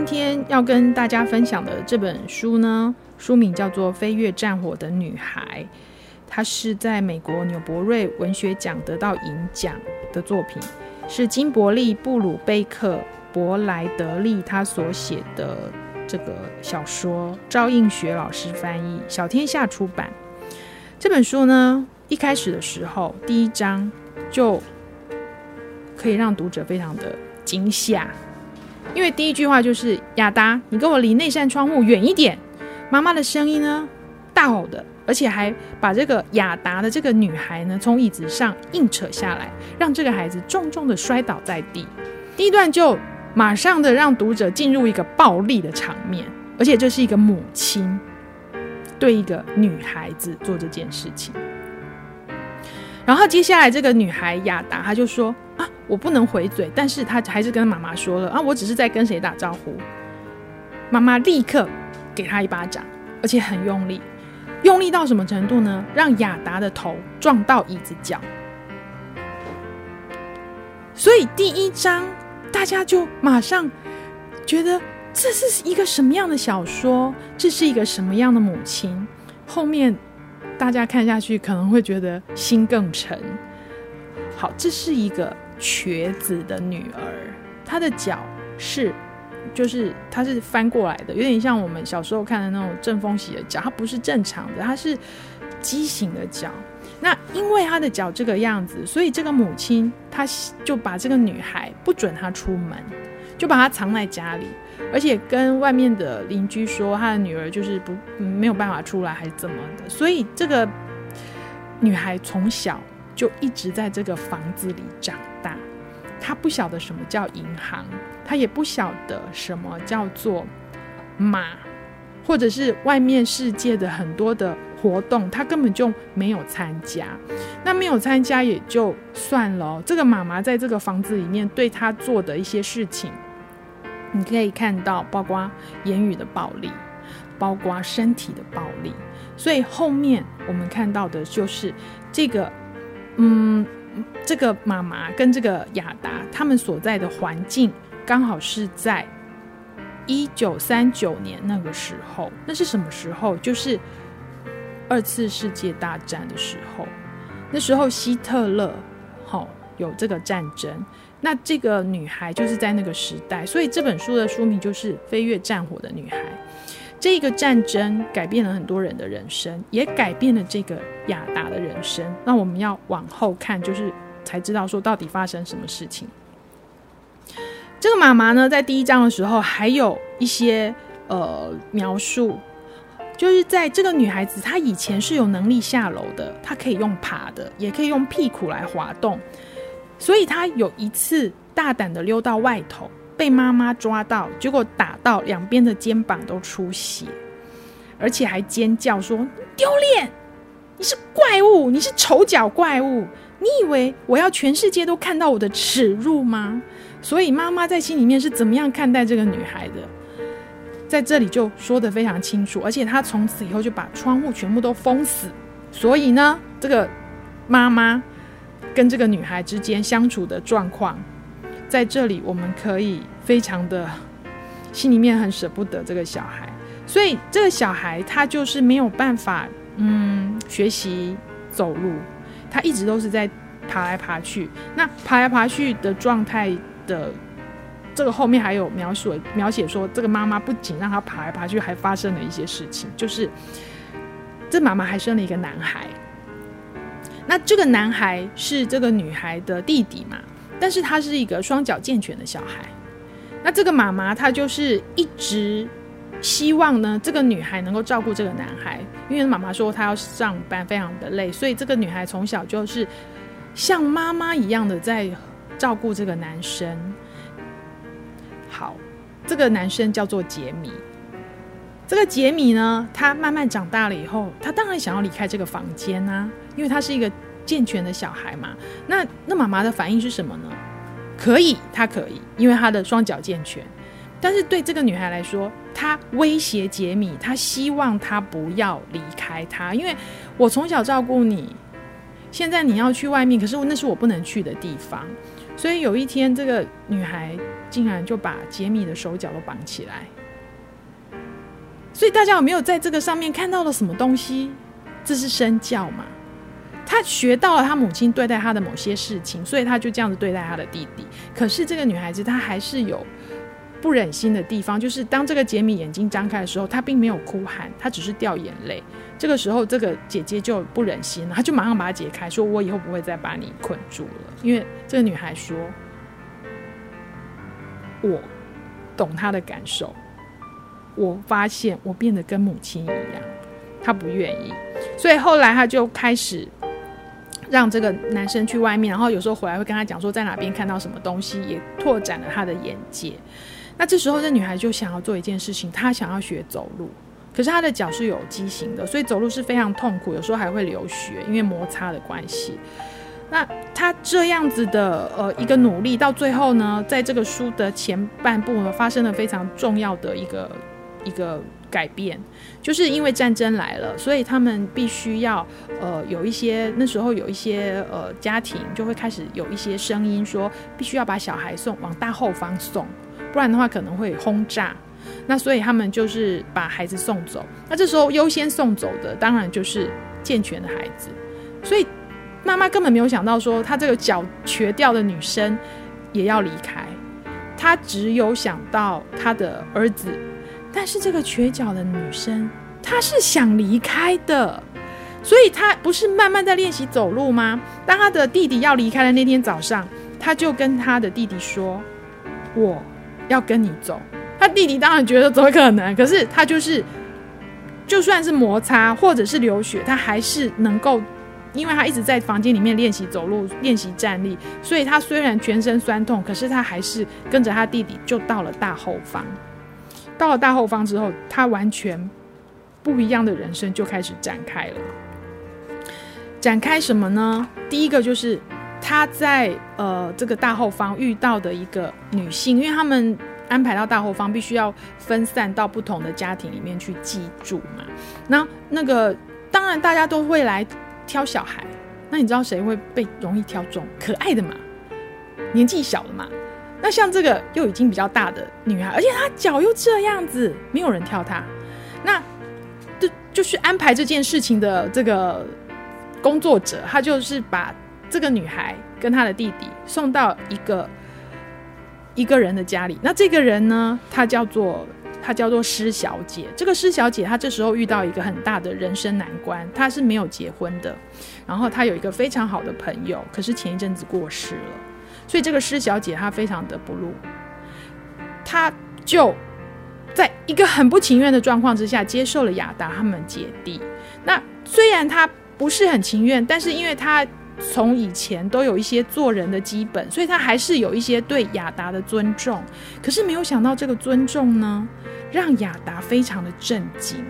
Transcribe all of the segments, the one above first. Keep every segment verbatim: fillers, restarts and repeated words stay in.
今天要跟大家分享的这本书呢，书名叫做《飞越战火的女孩》，它是在美国纽伯瑞文学奖得到银奖的作品，是金伯利、布鲁贝克、伯莱德利他所写的这个小说，赵映学老师翻译，小天下出版。这本书呢，一开始的时候第一章就可以让读者非常的惊吓，因为第一句话就是亚达，你跟我离那扇窗户远一点。妈妈的声音呢大吼的，而且还把这个亚达的这个女孩呢从椅子上硬扯下来，让这个孩子重重的摔倒在地。第一段就马上的让读者进入一个暴力的场面，而且这是一个母亲对一个女孩子做这件事情。然后接下来这个女孩亚达她就说啊，我不能回嘴，但是她还是跟妈妈说了啊，我只是在跟谁打招呼。妈妈立刻给她一巴掌，而且很用力，用力到什么程度呢？让亚达的头撞到椅子角。所以第一章大家就马上觉得这是一个什么样的小说，这是一个什么样的母亲。后面大家看下去可能会觉得心更沉。好，这是一个瘸子的女儿，她的脚是就是她是翻过来的，有点像我们小时候看的那种正风喜的脚，她不是正常的，她是畸形的脚。那因为她的脚这个样子，所以这个母亲她就把这个女孩不准她出门，就把她藏在家里，而且跟外面的邻居说她的女儿就是不、嗯、没有办法出来还是怎么的。所以这个女孩从小就一直在这个房子里长大，她不晓得什么叫银行，她也不晓得什么叫做马，或者是外面世界的很多的活动，她根本就没有参加。那没有参加也就算了、哦、这个妈妈在这个房子里面对她做的一些事情，你可以看到包括言语的暴力，包括身体的暴力。所以后面我们看到的就是这个嗯，这个妈妈跟这个亚达他们所在的环境刚好是在一九三九年那个时候。那是什么时候？就是二次世界大战的时候。那时候希特勒、哦、有这个战争，那这个女孩就是在那个时代，所以这本书的书名就是《飞越战火的女孩》。这个战争改变了很多人的人生，也改变了这个亚达的人生。那我们要往后看，就是才知道说到底发生什么事情。这个妈妈呢，在第一章的时候还有一些呃描述，就是在这个女孩子她以前是有能力下楼的，她可以用爬的，也可以用屁股来滑动。所以她有一次大胆的溜到外头，被妈妈抓到，结果打到两边的肩膀都出血，而且还尖叫说丢脸，你是怪物，你是丑角怪物，你以为我要全世界都看到我的耻辱吗？所以妈妈在心里面是怎么样看待这个女孩的，在这里就说得非常清楚。而且她从此以后就把窗户全部都封死。所以呢，这个妈妈跟这个女孩之间相处的状况，在这里我们可以非常的心里面很舍不得这个小孩。所以这个小孩他就是没有办法嗯学习走路，他一直都是在爬来爬去。那爬来爬去的状态的这个后面还有描述描写说，这个妈妈不仅让他爬来爬去，还发生了一些事情，就是这妈妈还生了一个男孩。那这个男孩是这个女孩的弟弟嘛，但是他是一个双脚健全的小孩。那这个妈妈她就是一直希望呢，这个女孩能够照顾这个男孩，因为妈妈说她要上班非常的累，所以这个女孩从小就是像妈妈一样的在照顾这个男生。好，这个男生叫做杰米。这个杰米呢，他慢慢长大了以后，他当然想要离开这个房间啊，因为他是一个健全的小孩嘛。那那妈妈的反应是什么呢？可以，他可以，因为他的双脚健全。但是对这个女孩来说，她威胁杰米，她希望他不要离开她，因为我从小照顾你，现在你要去外面，可是那是我不能去的地方。 所以有一天这个女孩竟然就把杰米的手脚都绑起来。所以大家有没有在这个上面看到了什么东西？这是身教嘛？他学到了他母亲对待他的某些事情，所以他就这样子对待他的弟弟。可是这个女孩子她还是有不忍心的地方，就是当这个杰米眼睛张开的时候，她并没有哭喊，她只是掉眼泪。这个时候这个姐姐就不忍心了，她就马上把它解开，说我以后不会再把你困住了。因为这个女孩说我懂她的感受，我发现我变得跟母亲一样，她不愿意。所以后来她就开始让这个男生去外面，然后有时候回来会跟他讲说在哪边看到什么东西，也拓展了他的眼界。那这时候这女孩就想要做一件事情，她想要学走路，可是她的脚是有畸形的，所以走路是非常痛苦，有时候还会流血，因为摩擦的关系。那她这样子的呃一个努力，到最后呢，在这个书的前半部呢，发生了非常重要的一个一个改变，就是因为战争来了，所以他们必须要呃有一些那时候有一些呃家庭就会开始有一些声音说，必须要把小孩送往大后方送，不然的话可能会轰炸。那所以他们就是把孩子送走。那这时候优先送走的当然就是健全的孩子。所以妈妈根本没有想到说，她这个脚瘸掉的女生也要离开，她只有想到她的儿子。但是这个瘸脚的女生她是想离开的，所以她不是慢慢在练习走路吗？当她的弟弟要离开的那天早上，她就跟她的弟弟说，我要跟你走。她弟弟当然觉得怎么可能，可是她就是就算是摩擦或者是流血，她还是能够，因为她一直在房间里面练习走路，练习站立，所以她虽然全身酸痛，可是她还是跟着她弟弟就到了大后方。到了大后方之后，他完全不一样的人生就开始展开了。展开什么呢？第一个就是他在呃这个大后方遇到的一个女性，因为他们安排到大后方必须要分散到不同的家庭里面去寄住嘛。那那个当然大家都会来挑小孩，那你知道谁会被容易挑中？可爱的嘛，年纪小的嘛。那像这个又已经比较大的女孩，而且她脚又这样子，没有人挑她。那就就是安排这件事情的这个工作者，他就是把这个女孩跟她的弟弟送到一个一个人的家里。那这个人呢，她叫做她叫做施小姐。这个施小姐她这时候遇到一个很大的人生难关，她是没有结婚的，然后她有一个非常好的朋友，可是前一阵子过世了。所以这个施小姐她非常的不入，她就在一个很不情愿的状况之下接受了亚达他们姐弟。那虽然她不是很情愿，但是因为她从以前都有一些做人的基本，所以她还是有一些对亚达的尊重。可是没有想到这个尊重呢，让亚达非常的震惊。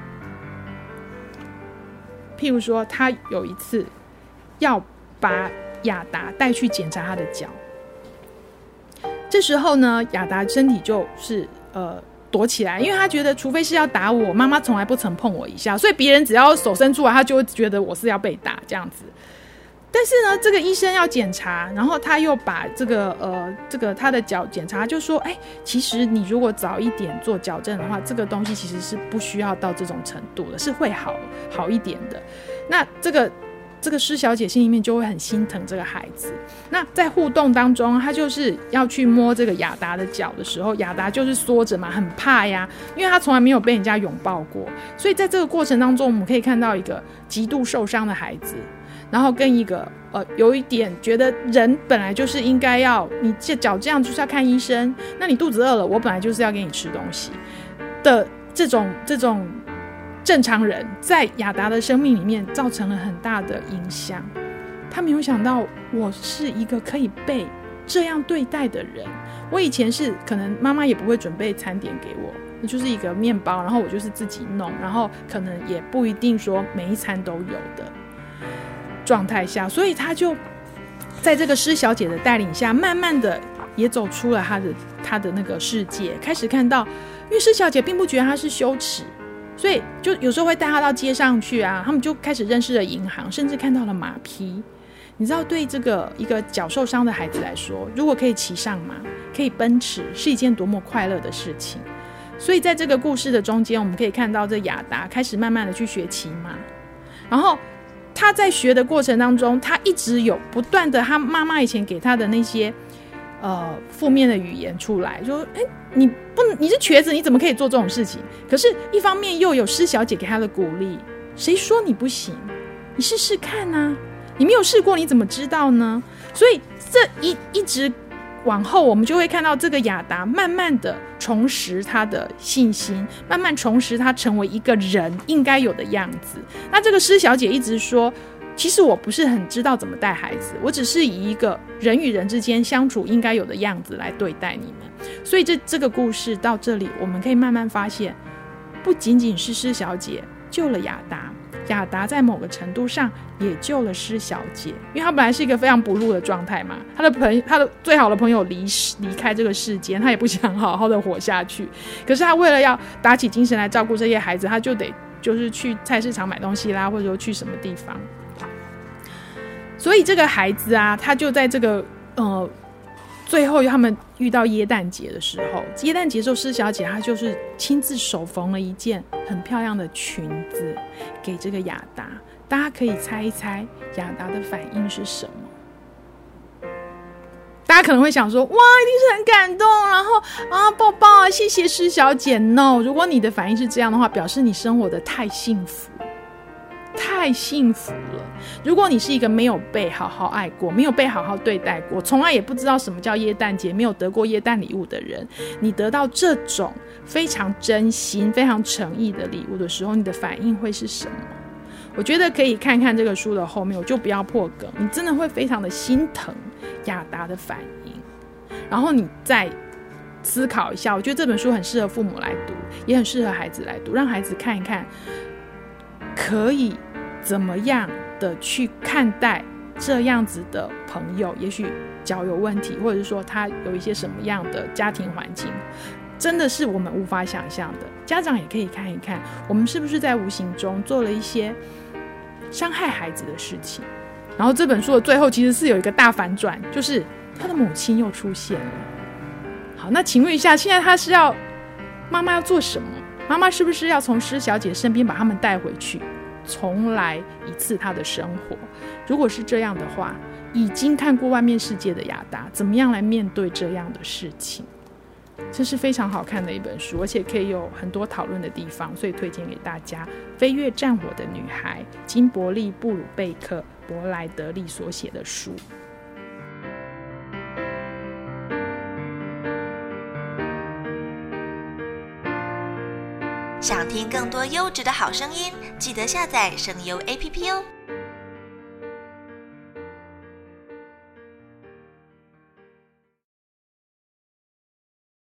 譬如说她有一次要把亚达带去检查他的脚，这时候呢，亚达身体就是呃躲起来，因为他觉得除非是要打我，妈妈从来不曾碰我一下，所以别人只要手伸出来，他就会觉得我是要被打这样子。但是呢，这个医生要检查，然后他又把这个呃这个他的脚检查，就说，哎，其实你如果早一点做矫正的话，这个东西其实是不需要到这种程度的，是会好好一点的。那这个。这个施小姐心里面就会很心疼这个孩子。那在互动当中，她就是要去摸这个亚达的脚的时候，亚达就是缩着嘛，很怕呀，因为他从来没有被人家拥抱过。所以在这个过程当中，我们可以看到一个极度受伤的孩子，然后跟一个呃有一点觉得人本来就是应该要你脚这样就是要看医生，那你肚子饿了，我本来就是要给你吃东西的这种这种。正常人在亚达的生命里面造成了很大的影响。他没有想到我是一个可以被这样对待的人。我以前是可能妈妈也不会准备餐点给我，就是一个面包，然后我就是自己弄，然后可能也不一定说每一餐都有的状态下，所以他就在这个施小姐的带领下，慢慢的也走出了他的他的那个世界，开始看到，因为施小姐并不觉得他是羞耻。所以就有时候会带他到街上去啊，他们就开始认识了银行，甚至看到了马匹。 你知道，对这个一个脚受伤的孩子来说，如果可以骑上马，可以奔驰，是一件多么快乐的事情。所以在这个故事的中间，我们可以看到这亚达开始慢慢的去学骑马，然后他在学的过程当中，他一直有不断的他妈妈以前给他的那些呃负面的语言出来，说哎，你不你是瘸子，你怎么可以做这种事情？可是一方面又有施小姐给他的鼓励，谁说你不行？你试试看啊，你没有试过你怎么知道呢？所以这一一直往后，我们就会看到这个亚达慢慢的重拾他的信心，慢慢重拾他成为一个人应该有的样子。那这个施小姐一直说，其实我不是很知道怎么带孩子，我只是以一个人与人之间相处应该有的样子来对待你们。所以这这个故事到这里，我们可以慢慢发现，不仅仅是施小姐救了亚达，亚达在某个程度上也救了施小姐，因为他本来是一个非常不入的状态嘛，他的朋他的最好的朋友离离开这个世间，他也不想好好的活下去。可是他为了要打起精神来照顾这些孩子，他就得就是去菜市场买东西啦，或者说去什么地方。所以这个孩子啊，他就在这个呃最后他们遇到耶诞节的时候，耶诞节的时候，施小姐她就是亲自手缝了一件很漂亮的裙子给这个亚达。大家可以猜一猜亚达的反应是什么？大家可能会想说，哇，一定是很感动，然后啊抱抱啊，谢谢施小姐。 No， 如果你的反应是这样的话，表示你生活的太幸福太幸福了。如果你是一个没有被好好爱过，没有被好好对待过，从来也不知道什么叫耶诞节，没有得过耶诞礼物的人，你得到这种非常真心非常诚意的礼物的时候，你的反应会是什么？我觉得可以看看这个书的后面，我就不要破梗，你真的会非常的心疼亚达的反应，然后你再思考一下。我觉得这本书很适合父母来读，也很适合孩子来读，让孩子看一看可以怎么样的去看待这样子的朋友，也许交友问题，或者是说他有一些什么样的家庭环境，真的是我们无法想象的。家长也可以看一看，我们是不是在无形中做了一些伤害孩子的事情。然后这本书的最后其实是有一个大反转，就是他的母亲又出现了。好，那请问一下，现在他是要妈妈要做什么？妈妈是不是要从施小姐身边把他们带回去，重来一次她的生活？如果是这样的话，已经看过外面世界的亚达怎么样来面对这样的事情？这是非常好看的一本书，而且可以有很多讨论的地方，所以推荐给大家。飞越战火的女孩，金伯利·布鲁贝克·伯莱德利所写的书。 想听更多优质的好声音，记得下载声优 A P P 哦。